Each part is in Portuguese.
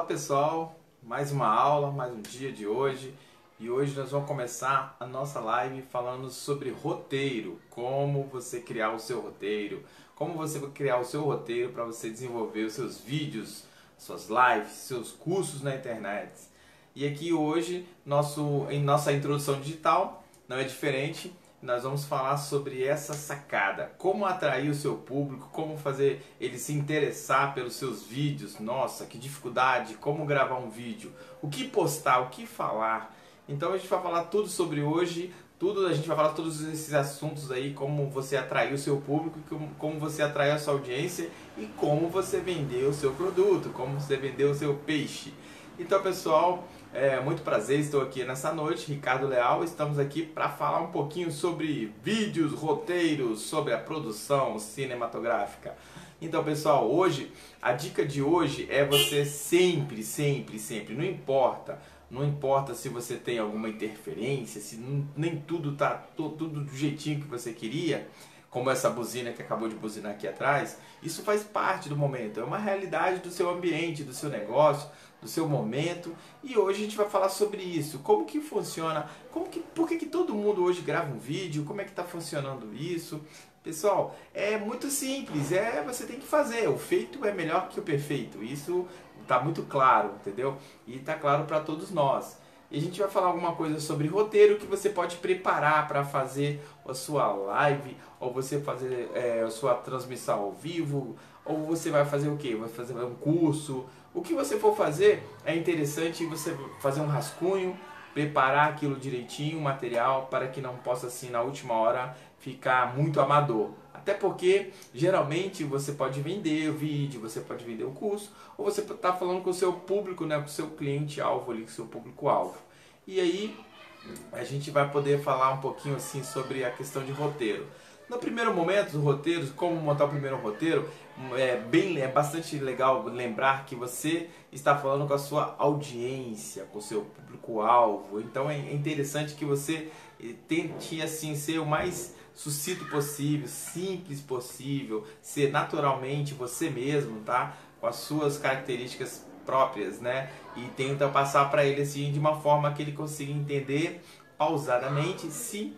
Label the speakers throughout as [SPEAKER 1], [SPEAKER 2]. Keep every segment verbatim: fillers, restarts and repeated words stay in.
[SPEAKER 1] pessoal, mais uma aula, mais um dia de hoje e hoje nós vamos começar a nossa live falando sobre roteiro, como você criar o seu roteiro, como você vai criar o seu roteiro para você desenvolver os seus vídeos, suas lives, seus cursos na internet. E aqui hoje, nosso, em nossa introdução digital, não é diferente. Nós vamos falar sobre essa sacada, como atrair o seu público, como fazer ele se interessar pelos seus vídeos. Nossa, que dificuldade, como gravar um vídeo, o que postar, o que falar. Então a gente vai falar tudo sobre hoje, tudo, a gente vai falar todos esses assuntos aí, como você atrair o seu público, como, como você atrair a sua audiência e como você vender o seu produto, como você vender o seu peixe. Então pessoal, é muito prazer, estou aqui nessa noite, Ricardo Leal, estamos aqui para falar um pouquinho sobre vídeos, roteiros, sobre a produção cinematográfica. Então pessoal, hoje, a dica de hoje é você sempre, sempre, sempre, não importa, não importa se você tem alguma interferência, se não, nem tudo está tudo do jeitinho que você queria, como essa buzina que acabou de buzinar aqui atrás, isso faz parte do momento, é uma realidade do seu ambiente, do seu negócio, do seu momento, e hoje a gente vai falar sobre isso, como que funciona, como que, por que que todo mundo hoje grava um vídeo, como é que está funcionando isso. Pessoal, é muito simples, é, você tem que fazer, o feito é melhor que o perfeito, isso está muito claro, entendeu? E está claro para todos nós. E a gente vai falar alguma coisa sobre roteiro que você pode preparar para fazer a sua live, ou você fazer é, a sua transmissão ao vivo, ou você vai fazer o quê? Vai fazer um curso. O que você for fazer é interessante você fazer um rascunho, preparar aquilo direitinho, o material, para que não possa assim na última hora ficar muito amador. Até porque geralmente você pode vender o vídeo, você pode vender o curso, ou você está falando com o seu público, né, com o seu cliente-alvo ali, com o seu público-alvo. E aí a gente vai poder falar um pouquinho assim sobre a questão de roteiro. No primeiro momento, os roteiros, como montar o primeiro roteiro, é, bem, é bastante legal lembrar que você está falando com a sua audiência, com o seu público-alvo. Então é interessante que você tente assim, ser o mais sucinto possível, simples possível, ser naturalmente você mesmo, tá? Com as suas características próprias, né? E tenta passar para ele assim de uma forma que ele consiga entender pausadamente,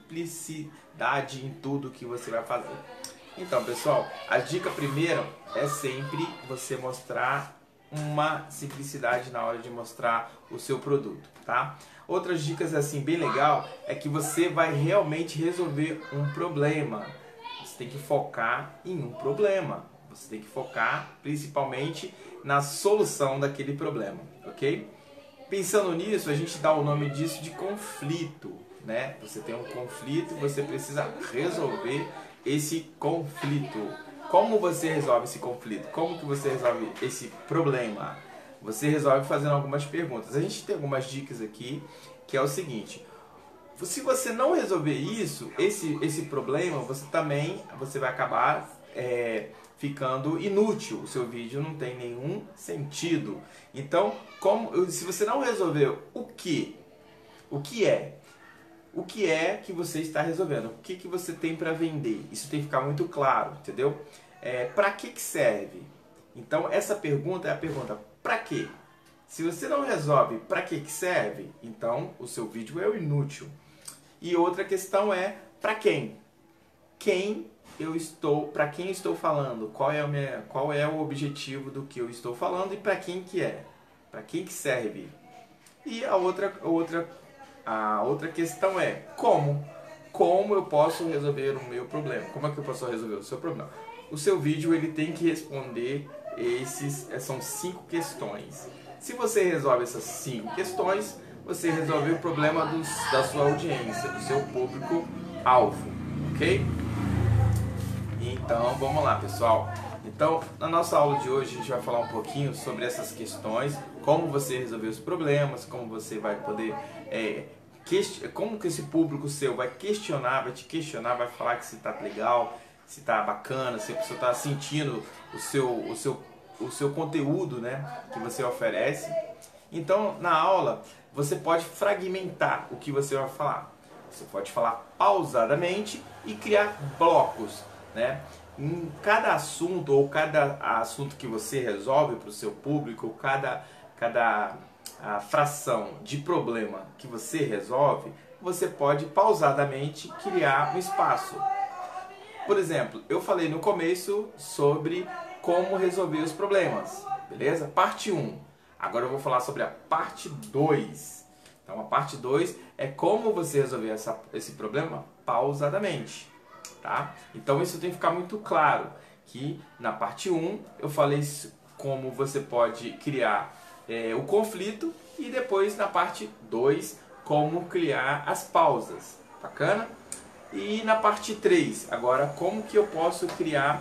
[SPEAKER 1] simplicidade em tudo que você vai fazer. Então, pessoal, a dica primeira é sempre você mostrar uma simplicidade na hora de mostrar o seu produto, tá? Outras dicas assim bem legal é que você vai realmente resolver um problema. Você tem que focar em um problema. Você tem que focar principalmente na solução daquele problema, ok? Pensando nisso, a gente dá o nome disso de conflito, né? Você tem um conflito, você precisa resolver esse conflito. Como você resolve esse conflito? Como que você resolve esse problema? Você resolve fazendo algumas perguntas. A gente tem algumas dicas aqui, que é o seguinte: se você não resolver isso, esse, esse problema, você também você vai acabar é, ficando inútil. O seu vídeo não tem nenhum sentido. Então, como, se você não resolver o que, o que é, o que é que você está resolvendo, o que, que você tem para vender, isso tem que ficar muito claro, entendeu? É, para que, que serve? Então, essa pergunta é a pergunta, para quê? Se você não resolve para que, que serve, então o seu vídeo é o inútil. E outra questão é, para quem? Quem eu estou, para quem eu estou falando? Qual é, a minha, qual é o objetivo do que eu estou falando e para quem que é? Para quem que serve? E a outra, outra, a outra questão é, como? Como eu posso resolver o meu problema? Como é que eu posso resolver o seu problema? O seu vídeo ele tem que responder esses, são cinco questões. Se você resolve essas cinco questões, você resolveu o problema dos, da sua audiência, do seu público-alvo, ok? Então, vamos lá, pessoal. Então, na nossa aula de hoje, a gente vai falar um pouquinho sobre essas questões, como você resolver os problemas, como você vai poder, é, como que esse público seu vai questionar, vai te questionar, vai falar que se tá legal, se tá bacana, se a pessoa tá sentindo o seu, o seu, o seu conteúdo, né, que você oferece. Então, na aula, você pode fragmentar o que você vai falar. Você pode falar pausadamente e criar blocos, né? Em cada assunto ou cada assunto que você resolve para o seu público, cada cada a fração de problema que você resolve, você pode pausadamente criar um espaço. Por exemplo, eu falei no começo sobre como resolver os problemas, beleza? Parte um. Agora eu vou falar sobre a parte dois. Então a parte dois é como você resolver essa, esse problema pausadamente, tá? Então isso tem que ficar muito claro, que na parte um eu falei como você pode criar é, o conflito e depois na parte dois como criar as pausas, bacana? E na parte três, agora como que eu posso criar,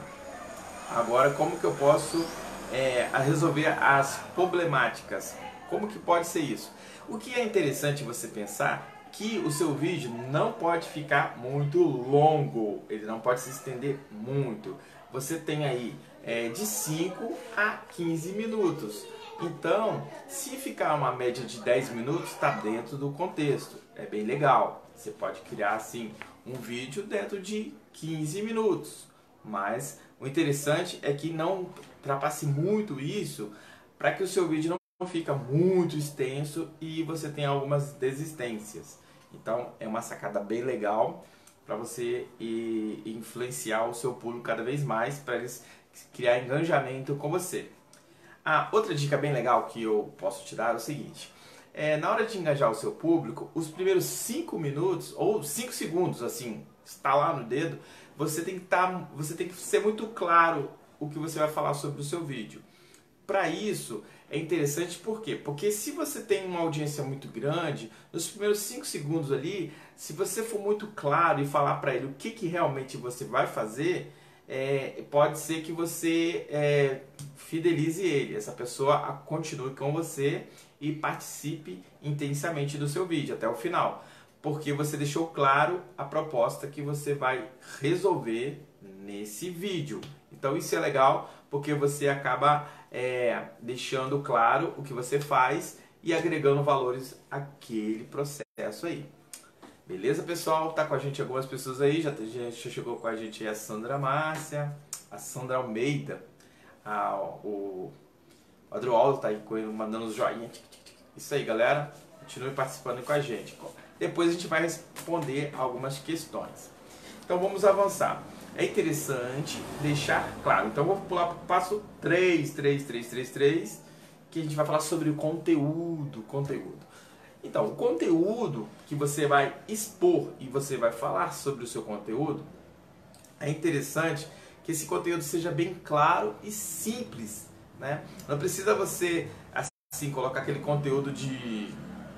[SPEAKER 1] agora como que eu posso é, resolver as problemáticas, como que pode ser isso? O que é interessante você pensar que o seu vídeo não pode ficar muito longo, ele não pode se estender muito. Você tem aí é, de cinco a quinze minutos. Então, se ficar uma média de dez minutos, está dentro do contexto. É bem legal. Você pode criar assim um vídeo dentro de quinze minutos. Mas o interessante é que não ultrapasse muito isso para que o seu vídeo não não fica muito extenso e você tem algumas desistências. Então é uma sacada bem legal para você ir influenciar o seu público cada vez mais, para eles criar engajamento com você. Ah, outra dica bem legal que eu posso te dar é o seguinte: é, na hora de engajar o seu público, os primeiros cinco minutos ou cinco segundos, assim, está lá no dedo, você tem que tá, você tem que ser muito claro o que você vai falar sobre o seu vídeo. Para isso é interessante, por quê? Porque se você tem uma audiência muito grande, nos primeiros cinco segundos ali, se você for muito claro e falar para ele o que, que realmente você vai fazer, é, pode ser que você é, fidelize ele, essa pessoa continue com você e participe intensamente do seu vídeo até o final, porque você deixou claro a proposta que você vai resolver nesse vídeo. Então isso é legal, porque você acaba é, deixando claro o que você faz e agregando valores àquele processo aí. Beleza, pessoal? Tá com a gente algumas pessoas aí, já, já chegou com a gente aí a Sandra Márcia, a Sandra Almeida, a, o Adroaldo tá aí mandando os joinha. Isso aí, galera. Continue participando com a gente. Depois a gente vai responder algumas questões. Então vamos avançar. É interessante deixar claro. Então vou pular para o passo três, três, três, três, três, que a gente vai falar sobre o conteúdo, conteúdo. Então, o conteúdo que você vai expor e você vai falar sobre o seu conteúdo, é interessante que esse conteúdo seja bem claro e simples, né? Não precisa você assim colocar aquele conteúdo de,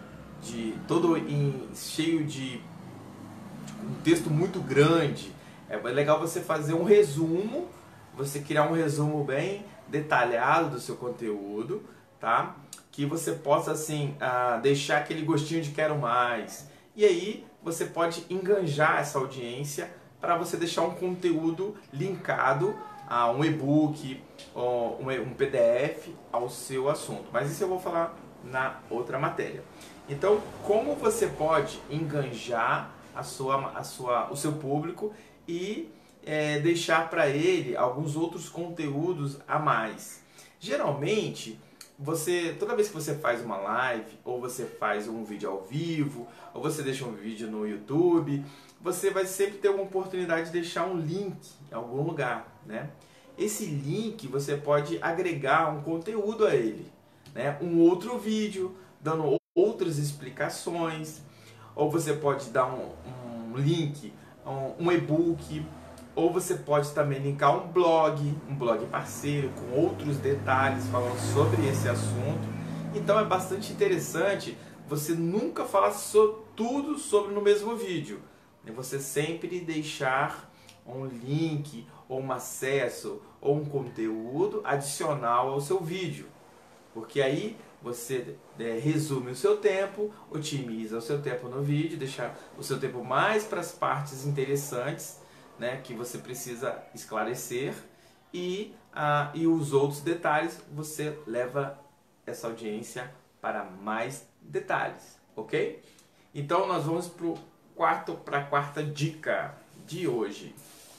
[SPEAKER 1] de todo em, cheio de, de um texto muito grande. É legal você fazer um resumo, você criar um resumo bem detalhado do seu conteúdo, tá? Que você possa assim uh, deixar aquele gostinho de quero mais. E aí você pode enganjar essa audiência para você deixar um conteúdo linkado a um e-book ou um P D F ao seu assunto. Mas isso eu vou falar na outra matéria. Então, como você pode enganjar a sua, a sua, o seu público e é, deixar para ele alguns outros conteúdos a mais. Geralmente, você, toda vez que você faz uma live, ou você faz um vídeo ao vivo, ou você deixa um vídeo no YouTube, você vai sempre ter uma oportunidade de deixar um link em algum lugar, né? Esse link você pode agregar um conteúdo a ele, né? Um outro vídeo, dando outras explicações, ou você pode dar um, um link, um, um e-book, ou você pode também linkar um blog, um blog parceiro com outros detalhes falando sobre esse assunto. Então é bastante interessante você nunca falar so, tudo sobre no mesmo vídeo. Você sempre deixar um link, ou um acesso, ou um conteúdo adicional ao seu vídeo. Porque aí você é, resume o seu tempo, otimiza o seu tempo no vídeo, deixa o seu tempo mais para as partes interessantes, né, que você precisa esclarecer, e, ah, e os outros detalhes você leva essa audiência para mais detalhes, ok? Então nós vamos para quarto, para a quarta dica de hoje.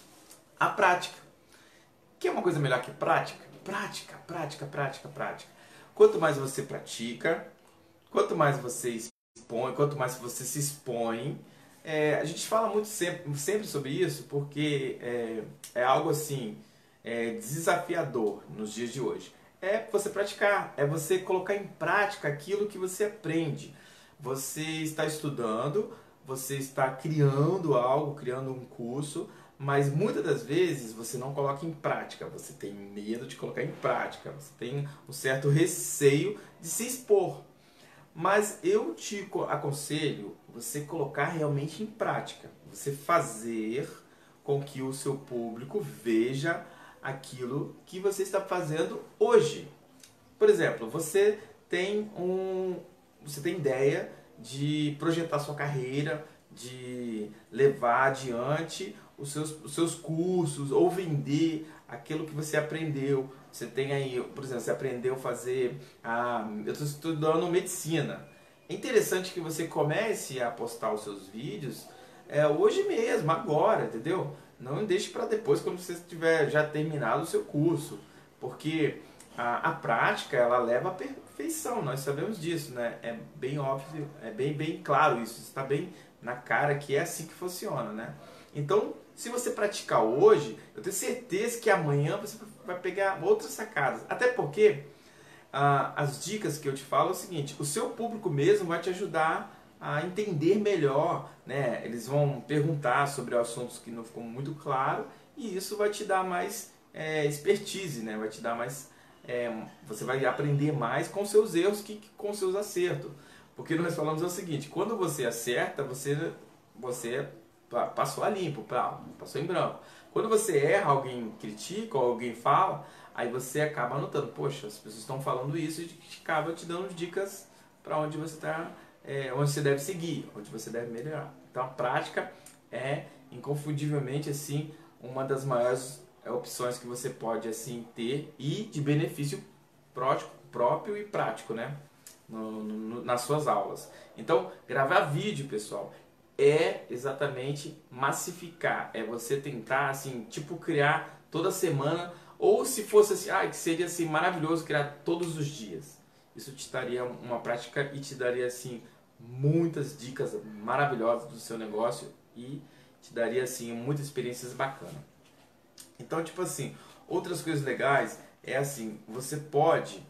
[SPEAKER 1] A prática. Que é uma coisa melhor que prática? Prática, prática, prática, prática. quanto mais você pratica, quanto mais você expõe, quanto mais você se expõe, é, a gente fala muito sempre, sempre sobre isso, porque é, é algo assim, é, desafiador nos dias de hoje. É você praticar, é você colocar em prática aquilo que você aprende. Você está estudando, você está criando algo, criando um curso, mas muitas das vezes você não coloca em prática, você tem medo de colocar em prática, você tem um certo receio de se expor. Mas eu te aconselho você colocar realmente em prática, você fazer com que o seu público veja aquilo que você está fazendo hoje. Por exemplo, você tem um, você tem ideia de projetar sua carreira, de levar adiante os seus, os seus cursos ou vender aquilo que você aprendeu. Você tem aí, por exemplo, você aprendeu a fazer, ah, eu estou estudando medicina. É interessante que você comece a postar os seus vídeos é, hoje mesmo, agora, entendeu? Não deixe para depois, quando você tiver já terminado o seu curso, porque a, a prática ela leva à perfeição, nós sabemos disso, né? É bem óbvio, é bem, bem claro isso, está bem na cara que é assim que funciona, né? Então, se você praticar hoje, eu tenho certeza que amanhã você vai pegar outras sacadas. Até porque ah, as dicas que eu te falo é o seguinte, o seu público mesmo vai te ajudar a entender melhor, né? Eles vão perguntar sobre assuntos que não ficou muito claro e isso vai te dar mais é, expertise, né? Vai te dar mais... É, você vai aprender mais com seus erros que com seus acertos. Porque nós falamos é o seguinte, quando você acerta, você, você passou a limpo, passou em branco. Quando você erra, alguém critica ou alguém fala, aí você acaba anotando, poxa, as pessoas estão falando isso e acaba te dando dicas para onde você está, é, onde você deve seguir, onde você deve melhorar. Então a prática é inconfundivelmente assim uma das maiores opções que você pode assim ter e de benefício prótico, próprio e prático, né? No, no, nas suas aulas. Então, gravar vídeo, pessoal, é exatamente massificar, é você tentar assim, tipo criar toda semana, ou se fosse assim, ah, que seria assim maravilhoso criar todos os dias. Isso te daria uma prática e te daria assim muitas dicas maravilhosas do seu negócio e te daria assim muitas experiências bacanas. Então, tipo assim, outras coisas legais é assim, você pode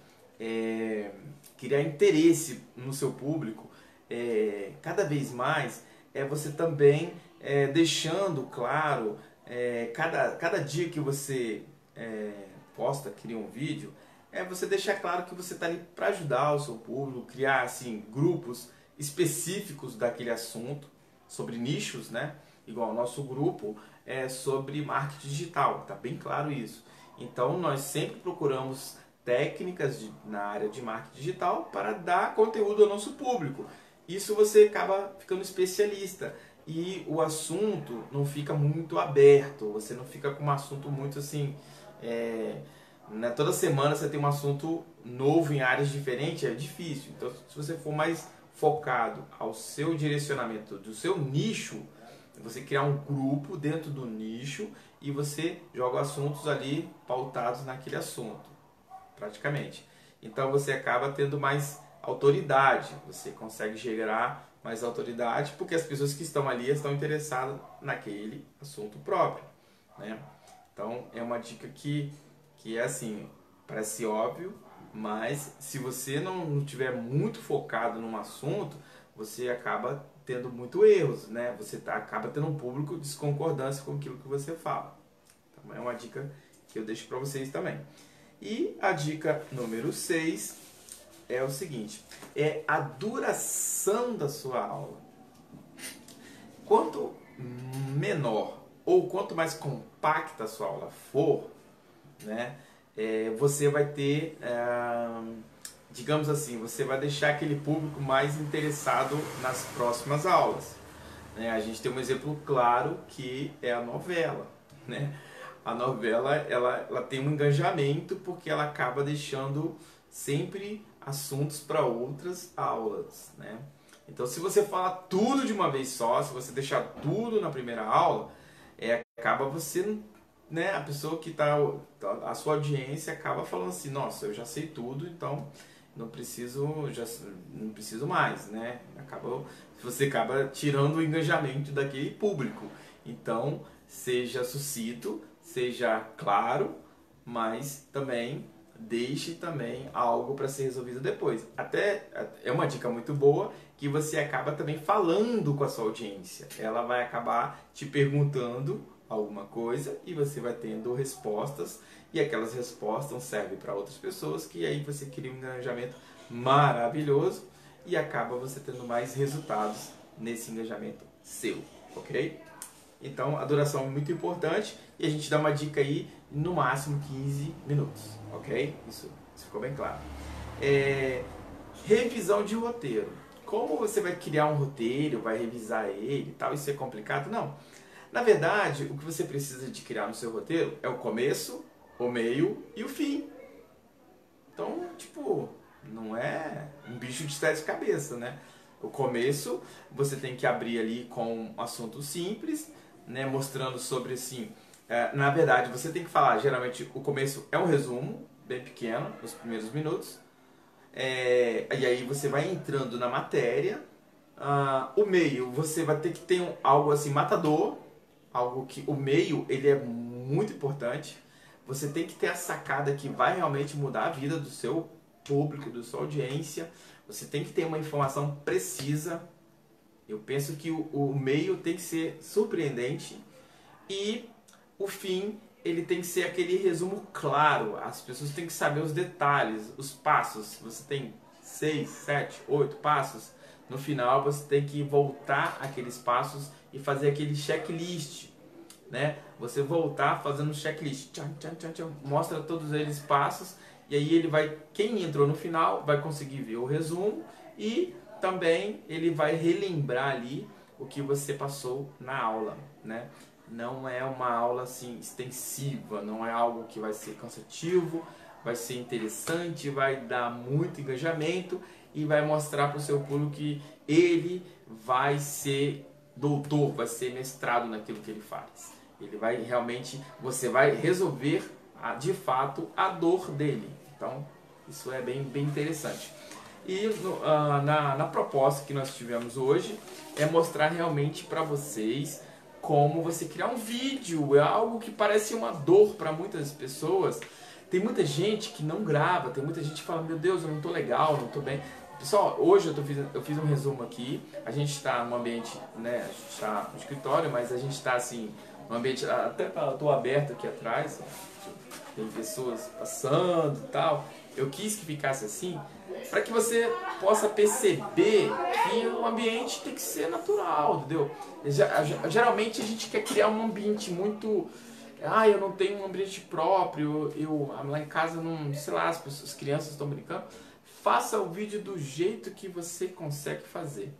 [SPEAKER 1] é, criar interesse no seu público é, cada vez mais, é você também é, deixando claro, é, cada, cada dia que você é, posta, cria um vídeo, é você deixar claro que você está ali para ajudar o seu público, criar assim, grupos específicos daquele assunto, sobre nichos, né? Igual o nosso grupo é sobre marketing digital, tá bem claro isso. Então nós sempre procuramos técnicas de, na área de marketing digital para dar conteúdo ao nosso público. Isso você acaba ficando especialista e o assunto não fica muito aberto, você não fica com um assunto muito assim... É, né, toda semana você tem um assunto novo em áreas diferentes, é difícil. Então se você for mais focado ao seu direcionamento, do seu nicho, você criar um grupo dentro do nicho e você joga assuntos ali pautados naquele assunto, praticamente. Então você acaba tendo mais autoridade, você consegue gerar mais autoridade porque as pessoas que estão ali estão interessadas naquele assunto próprio, né? Então é uma dica que, que é assim, parece óbvio, mas se você não estiver muito focado num assunto, você acaba tendo muito erros, né? Você tá, acaba tendo um público de desconcordância com aquilo que você fala. Então é uma dica que eu deixo para vocês também. E a dica número seis é o seguinte, é a duração da sua aula. Quanto menor ou quanto mais compacta a sua aula for, né, é, você vai ter... É, digamos assim, você vai deixar aquele público mais interessado nas próximas aulas. Né? A gente tem um exemplo claro que é a novela. Né? A novela ela, ela tem um engajamento porque ela acaba deixando sempre assuntos para outras aulas. Né? Então, se você falar tudo de uma vez só, se você deixar tudo na primeira aula, é, acaba você... Né? A pessoa que está... A sua audiência acaba falando assim, nossa, eu já sei tudo, então... não preciso, já, não preciso mais, né? Acaba, você acaba tirando o engajamento daquele público. Então, seja sucinto, seja claro, mas também deixe também algo para ser resolvido depois. Até é uma dica muito boa que você acaba também falando com a sua audiência. Ela vai acabar te perguntando alguma coisa e você vai tendo respostas, e aquelas respostas servem para outras pessoas, que aí você cria um engajamento maravilhoso e acaba você tendo mais resultados nesse engajamento seu, ok? Então a duração é muito importante e a gente dá uma dica aí no máximo quinze minutos, ok? Isso, isso ficou bem claro. É, revisão de roteiro. Como você vai criar um roteiro, vai revisar ele e tal, isso é complicado? Não. Na verdade, o que você precisa de criar no seu roteiro é o começo, o meio e o fim. Então, tipo, não é um bicho de sete cabeças, né? O começo, você tem que abrir ali com um assunto simples, né? Mostrando sobre, assim... É, na verdade, você tem que falar, geralmente, o começo é um resumo, bem pequeno, nos primeiros minutos. É, e aí você vai entrando na matéria. Ah, o meio, você vai ter que ter um, algo assim, matador. Algo que o meio ele é muito importante. Você tem que ter a sacada que vai realmente mudar a vida do seu público, da sua audiência. Você tem que ter uma informação precisa. Eu penso que o, o meio tem que ser surpreendente e o fim ele tem que ser aquele resumo claro. As pessoas têm que saber os detalhes, os passos. Você tem seis, sete, oito passos. No final você tem que voltar aqueles passos e fazer aquele checklist, né? Você voltar fazendo um checklist, tchan, tchan, tchan, tchan, mostra todos eles passos e aí ele vai, quem entrou no final vai conseguir ver o resumo e também ele vai relembrar ali o que você passou na aula, né? Não é uma aula assim extensiva, não é algo que vai ser cansativo, vai ser interessante, vai dar muito engajamento e vai mostrar para o seu público que ele vai ser doutor, vai ser mestrado naquilo que ele faz. Ele vai realmente, você vai resolver de fato a dor dele. Então, isso é bem, bem interessante. E uh, na, na proposta que nós tivemos hoje, é mostrar realmente para vocês como você criar um vídeo. É algo que parece uma dor para muitas pessoas. Tem muita gente que não grava, tem muita gente que fala, meu Deus, eu não estou legal, não estou bem. Pessoal, hoje eu, tô, eu fiz um resumo aqui, a gente está num ambiente, né, a gente está no escritório, mas a gente está assim, num ambiente, até estou aberto aqui atrás, ó, tem pessoas passando e tal. Eu quis que ficasse assim, para que você possa perceber que o ambiente tem que ser natural, entendeu? Geralmente a gente quer criar um ambiente muito... Ah, eu não tenho um ambiente próprio, eu lá em casa não, sei lá, as, pessoas, as crianças estão brincando. Faça o vídeo do jeito que você consegue fazer.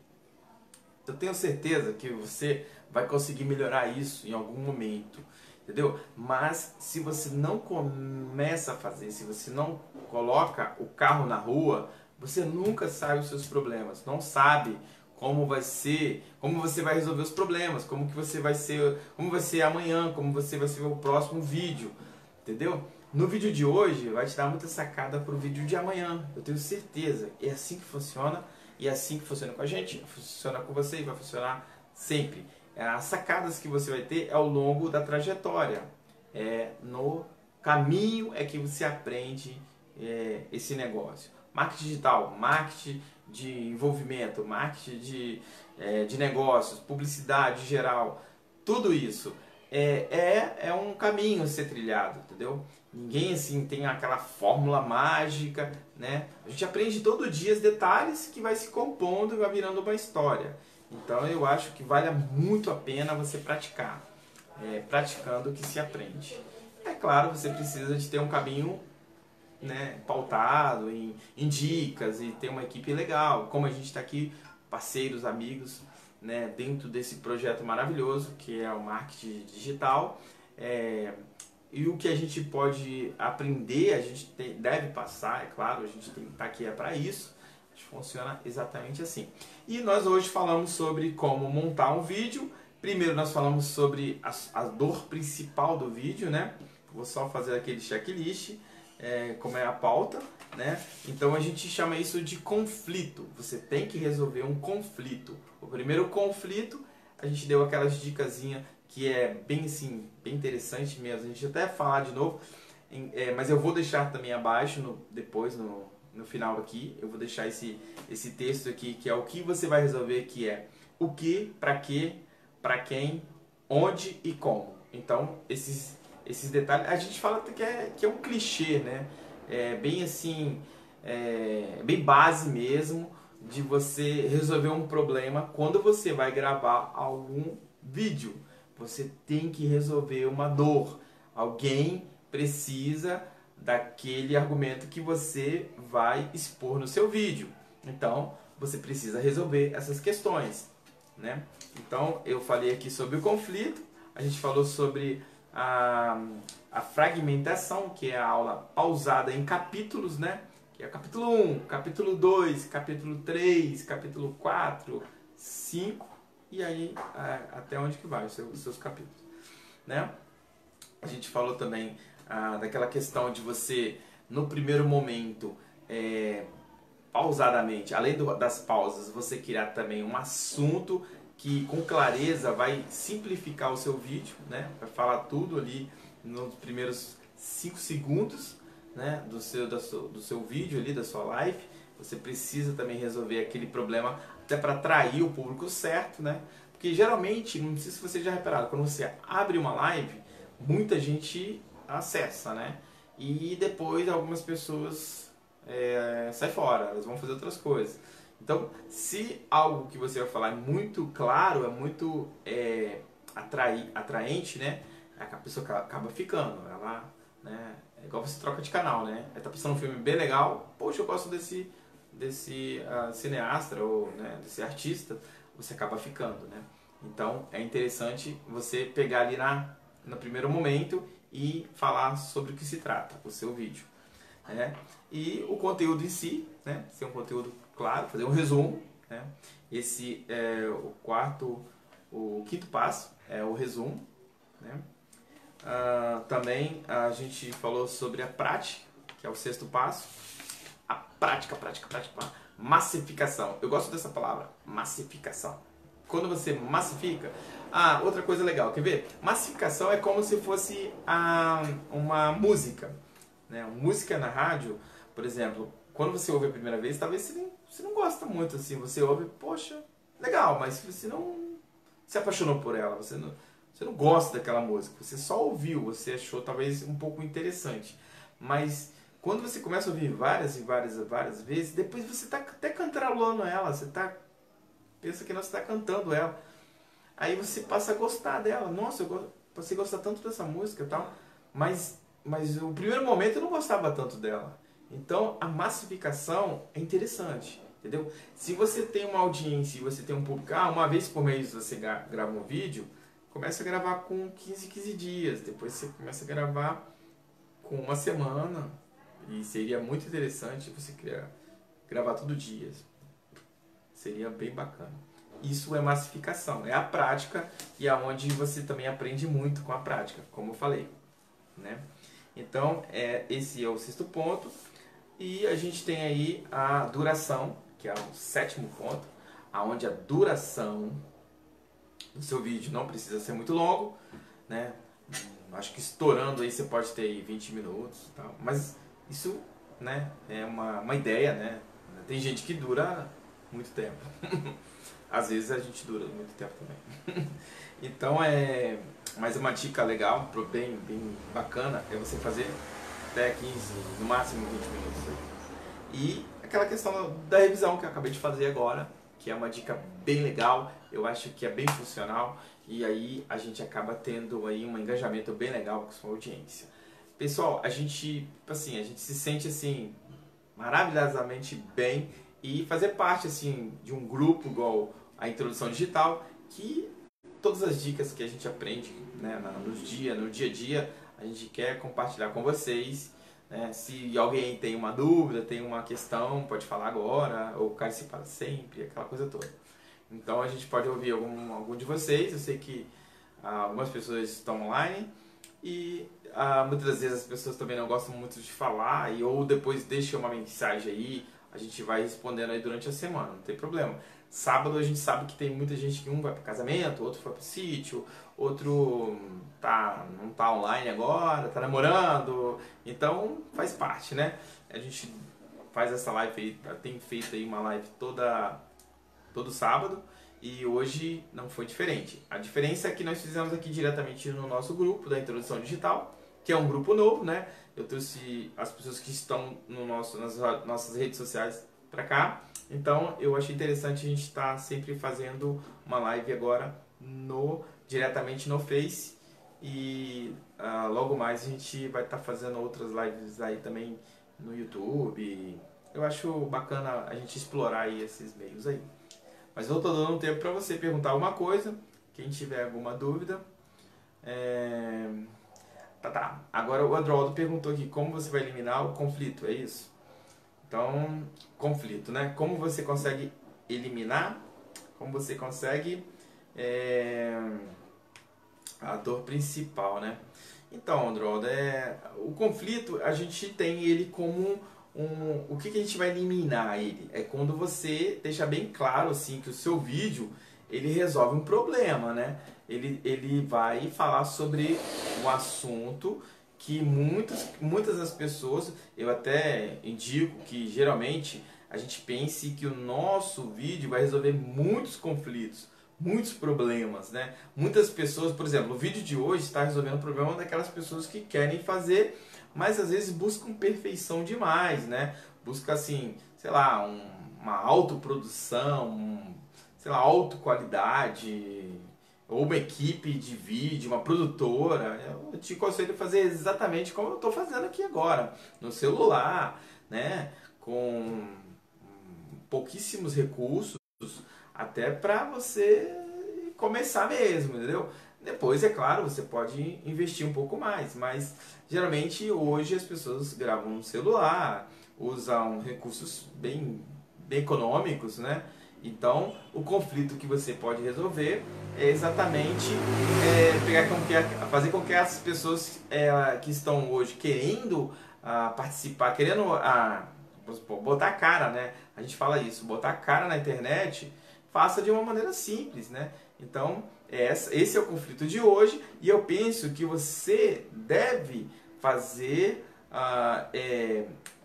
[SPEAKER 1] Eu tenho certeza que você vai conseguir melhorar isso em algum momento, entendeu? Mas se você não começa a fazer, se você não coloca o carro na rua, você nunca sabe os seus problemas, não sabe como vai ser, como você vai resolver os problemas, como que você vai ser, como vai ser amanhã, como você vai ser o próximo vídeo, entendeu? No vídeo de hoje vai te dar muita sacada para o vídeo de amanhã, eu tenho certeza. É assim que funciona, e é assim que funciona com a gente, funciona com você e vai funcionar sempre. As sacadas que você vai ter ao longo da trajetória, é no caminho é que você aprende é, esse negócio. Marketing digital, marketing de envolvimento, marketing de, é, de negócios, publicidade geral, tudo isso é, é, é um caminho a ser trilhado, entendeu? Ninguém assim tem aquela fórmula mágica, né? A gente aprende todo dia os detalhes que vai se compondo e vai virando uma história. Então eu acho que vale muito a pena você praticar. É praticando que se aprende. É claro, você precisa de ter um caminho, né, pautado em, em dicas e ter uma equipe legal. Como a gente está aqui, parceiros, amigos, né, dentro desse projeto maravilhoso que é o marketing digital. É, e o que a gente pode aprender, a gente tem, deve passar, é claro, a gente tem que estar aqui é para isso. Funciona exatamente assim. E nós hoje falamos sobre como montar um vídeo. Primeiro nós falamos sobre a, a dor principal do vídeo, né? Vou só fazer aquele checklist, é, como é a pauta. né? Então a gente chama isso de conflito. Você tem que resolver um conflito. O primeiro conflito, a gente deu aquelas dicasinhas que é bem assim, bem interessante mesmo. A gente até falar de novo, é, mas eu vou deixar também abaixo, no, depois no, no final aqui, eu vou deixar esse, esse texto aqui, que é o que você vai resolver, que é o que, para quê, para quem, onde e como. Então, esses, esses detalhes, a gente fala que é, que é um clichê, né? É bem assim, é, bem base mesmo de você resolver um problema quando você vai gravar algum vídeo. Você tem que resolver uma dor. Alguém precisa daquele argumento que você vai expor no seu vídeo. Então, você precisa resolver essas questões, né? Então, eu falei aqui sobre o conflito, a gente falou sobre a, a fragmentação, que é a aula pausada em capítulos, né? Que é capítulo um, capítulo dois, capítulo três, capítulo quatro, cinco, e aí até onde que vai os seus, os seus capítulos, né? A gente falou também ah, daquela questão de você, no primeiro momento, é, pausadamente, além do, das pausas, você criar também um assunto que com clareza vai simplificar o seu vídeo, né? Vai falar tudo ali nos primeiros cinco segundos, né? do, seu, do, seu, do seu vídeo ali, da sua live. Você precisa também resolver aquele problema até para atrair o público certo, né? Porque geralmente, não sei se vocês já repararam, quando você abre uma live, muita gente acessa, né? E depois algumas pessoas é, saem fora, elas vão fazer outras coisas. Então, se algo que você vai falar é muito claro, é muito é, atrai, atraente, né? A pessoa acaba ficando. Ela, né? É igual você troca de canal, né? Aí tá passando um filme bem legal, poxa, eu gosto desse, desse uh, cineasta ou né, desse artista, você acaba ficando, né? Então, é interessante você pegar ali na, no primeiro momento e falar sobre o que se trata, o seu vídeo, né? E o conteúdo em si, né? Ser um conteúdo claro, fazer um resumo, né? Esse é o quarto, o quinto passo, é o resumo, né? Uh, também a gente falou sobre a prática, que é o sexto passo. A prática, prática, prática, massificação. Eu gosto dessa palavra, massificação. Quando você massifica... Ah, outra coisa legal, quer ver? Massificação é como se fosse a, uma música, né? Música na rádio, por exemplo, quando você ouve a primeira vez, talvez você não, você não gosta muito, assim, você ouve, poxa, legal, mas você não se apaixonou por ela, você não, você não gosta daquela música, você só ouviu, você achou talvez um pouco interessante, mas quando você começa a ouvir várias e várias e várias vezes, depois você está até cantarolando ela, você tá, pensa que não está cantando ela, aí você passa a gostar dela, nossa, eu passei a gostar tanto dessa música e tal, mas, mas o primeiro momento eu não gostava tanto dela. Então, a massificação é interessante, entendeu? Se você tem uma audiência e você tem um público, ah, uma vez por mês você grava um vídeo, começa a gravar com quinze, quinze dias, depois você começa a gravar com uma semana, e seria muito interessante você criar, gravar todo dia. Seria bem bacana. Isso é massificação, é a prática e é onde você também aprende muito com a prática, como eu falei, né? Então, é, esse é o sexto ponto. E a gente tem aí a duração, que é o sétimo ponto, aonde a duração do seu vídeo não precisa ser muito longo, né? Acho que estourando aí você pode ter aí vinte minutos e tal, mas isso, né, é uma, uma ideia, né? Tem gente que dura muito tempo. Às vezes a gente dura muito tempo também. Então é mais uma dica legal, bem, bem bacana, é você fazer até quinze, no máximo vinte minutos. E aquela questão da revisão que eu acabei de fazer agora, que é uma dica bem legal, eu acho que é bem funcional, e aí a gente acaba tendo aí um engajamento bem legal com a sua audiência. Pessoal, a gente, assim, a gente se sente assim maravilhosamente bem e fazer parte assim de um grupo igual a Introdução Digital, que todas as dicas que a gente aprende, né, nos dia, no dia a dia, a gente quer compartilhar com vocês, né? Se alguém tem uma dúvida, tem uma questão, pode falar agora, ou cale-se para sempre, aquela coisa toda. Então a gente pode ouvir algum, algum de vocês, eu sei que ah, algumas pessoas estão online, e ah, muitas das vezes as pessoas também não gostam muito de falar, e ou depois deixa uma mensagem aí, a gente vai respondendo aí durante a semana, não tem problema. Sábado a gente sabe que tem muita gente que um vai para casamento, outro foi para o sítio, outro tá, não tá online agora, tá namorando, então faz parte, né? A gente faz essa live aí, tem feito aí uma live toda, todo sábado, e hoje não foi diferente. A diferença é que nós fizemos aqui diretamente no nosso grupo da Introdução Digital, que é um grupo novo, né? Eu trouxe as pessoas que estão no nosso, nas nossas redes sociais para cá. Então eu achei interessante a gente estar sempre fazendo uma live agora no, diretamente no Face. E uh, logo mais a gente vai estar fazendo outras lives aí também no YouTube. Eu acho bacana a gente explorar aí esses meios aí. Mas eu estou dando um tempo para você perguntar alguma coisa, quem tiver alguma dúvida. É... Tá, tá. Agora o Adroaldo perguntou aqui como você vai eliminar o conflito, é isso? Então, conflito, né? Como você consegue eliminar, como você consegue é... a dor principal, né? Então, Adroaldo, é... o conflito a gente tem ele como um... o que, que a gente vai eliminar ele? É quando você deixa bem claro assim que o seu vídeo ele resolve um problema, né? Ele, ele vai falar sobre um assunto que muitas, muitas das pessoas, eu até indico que geralmente a gente pense que o nosso vídeo vai resolver muitos conflitos, muitos problemas, né? Muitas pessoas, por exemplo, o vídeo de hoje está resolvendo o problema daquelas pessoas que querem fazer, mas às vezes buscam perfeição demais, né? Busca assim, sei lá, um, uma autoprodução, um, sei lá, alta qualidade, ou uma equipe de vídeo, uma produtora. Eu te aconselho a fazer exatamente como eu estou fazendo aqui agora, no celular, né? Com pouquíssimos recursos, até para você começar mesmo, entendeu? Depois, é claro, você pode investir um pouco mais, mas geralmente hoje as pessoas gravam no celular, usam recursos bem, bem econômicos, né? Então, o conflito que você pode resolver é exatamente é, pegar com que, fazer com que as pessoas é, que estão hoje querendo ah, participar, querendo ah, botar a cara, né? A gente fala isso, botar a cara na internet, faça de uma maneira simples, né? Então, esse é o conflito de hoje e eu penso que você deve fazer, ah, é,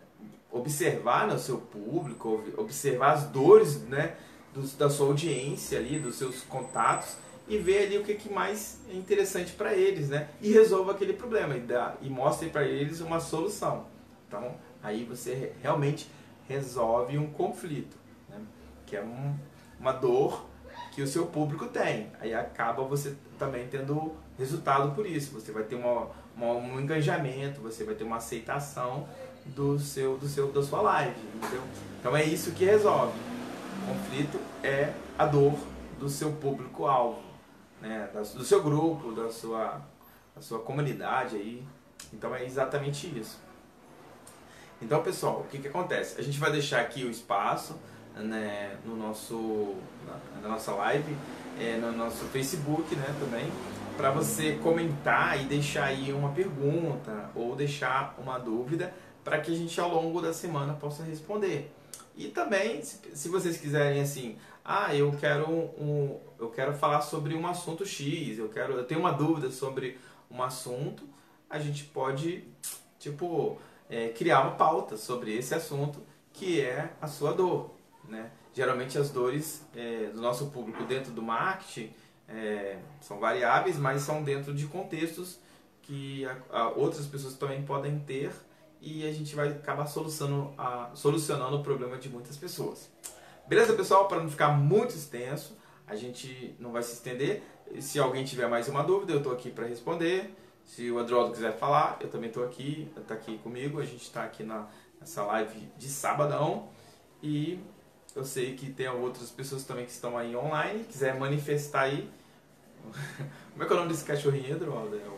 [SPEAKER 1] observar no seu público, observar as dores, né, da sua audiência ali, dos seus contatos e ver ali o que, que mais é interessante para eles, né? E resolva aquele problema e, dá, e mostre para eles uma solução. Então, aí você realmente resolve um conflito, né? Que é um, uma dor que o seu público tem. Aí acaba você também tendo resultado por isso. Você vai ter uma, uma, um engajamento, você vai ter uma aceitação do seu, do seu, da sua live, entendeu? Então é isso que resolve. O conflito é a dor do seu público-alvo, né? Do seu grupo, da sua, da sua comunidade aí. Então é exatamente isso. Então, pessoal, o que, que acontece? A gente vai deixar aqui o espaço, né, no nosso, na, na nossa live, é, no nosso Facebook, né, também, para você comentar e deixar aí uma pergunta ou deixar uma dúvida para que a gente ao longo da semana possa responder. E também, se, se vocês quiserem assim, ah, eu quero um, eu quero falar sobre um assunto X, eu quero, eu tenho uma dúvida sobre um assunto, a gente pode, tipo, é, criar uma pauta sobre esse assunto que é a sua dor, né? Geralmente as dores é, do nosso público dentro do marketing é, são variáveis, mas são dentro de contextos que a, a outras pessoas também podem ter e a gente vai acabar solucionando, a, solucionando o problema de muitas pessoas. Beleza, pessoal? Para não ficar muito extenso, a gente não vai se estender. Se alguém tiver mais uma dúvida, eu estou aqui para responder. Se o Adroaldo quiser falar, eu também estou aqui, está aqui comigo. A gente está aqui na, nessa live de sabadão. E eu sei que tem outras pessoas também que estão aí online, quiser manifestar aí. Como é que é o nome desse cachorrinho, Adroaldo? É o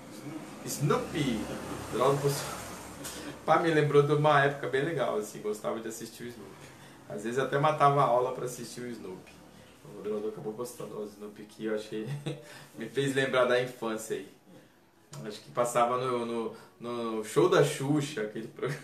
[SPEAKER 1] Snoopy. Adroaldo postou. Pá, me lembrou de uma época bem legal, assim, gostava de assistir o Snoopy. Às vezes até matava a aula para assistir o Snoopy. O Adroaldo acabou postando o Snoopy aqui, eu achei. Me fez lembrar da infância aí. Acho que passava no, no, no show da Xuxa, aquele programa.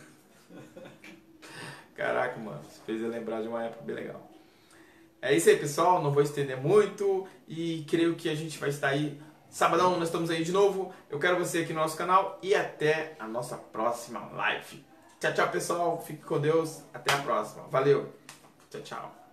[SPEAKER 1] Caraca, mano, você fez eu lembrar de uma época bem legal. É isso aí, pessoal, não vou estender muito e creio que a gente vai estar aí. Sabadão, nós estamos aí de novo. Eu quero você aqui no nosso canal e até a nossa próxima live. Tchau, tchau, pessoal. Fique com Deus. Até a próxima. Valeu. Tchau, tchau.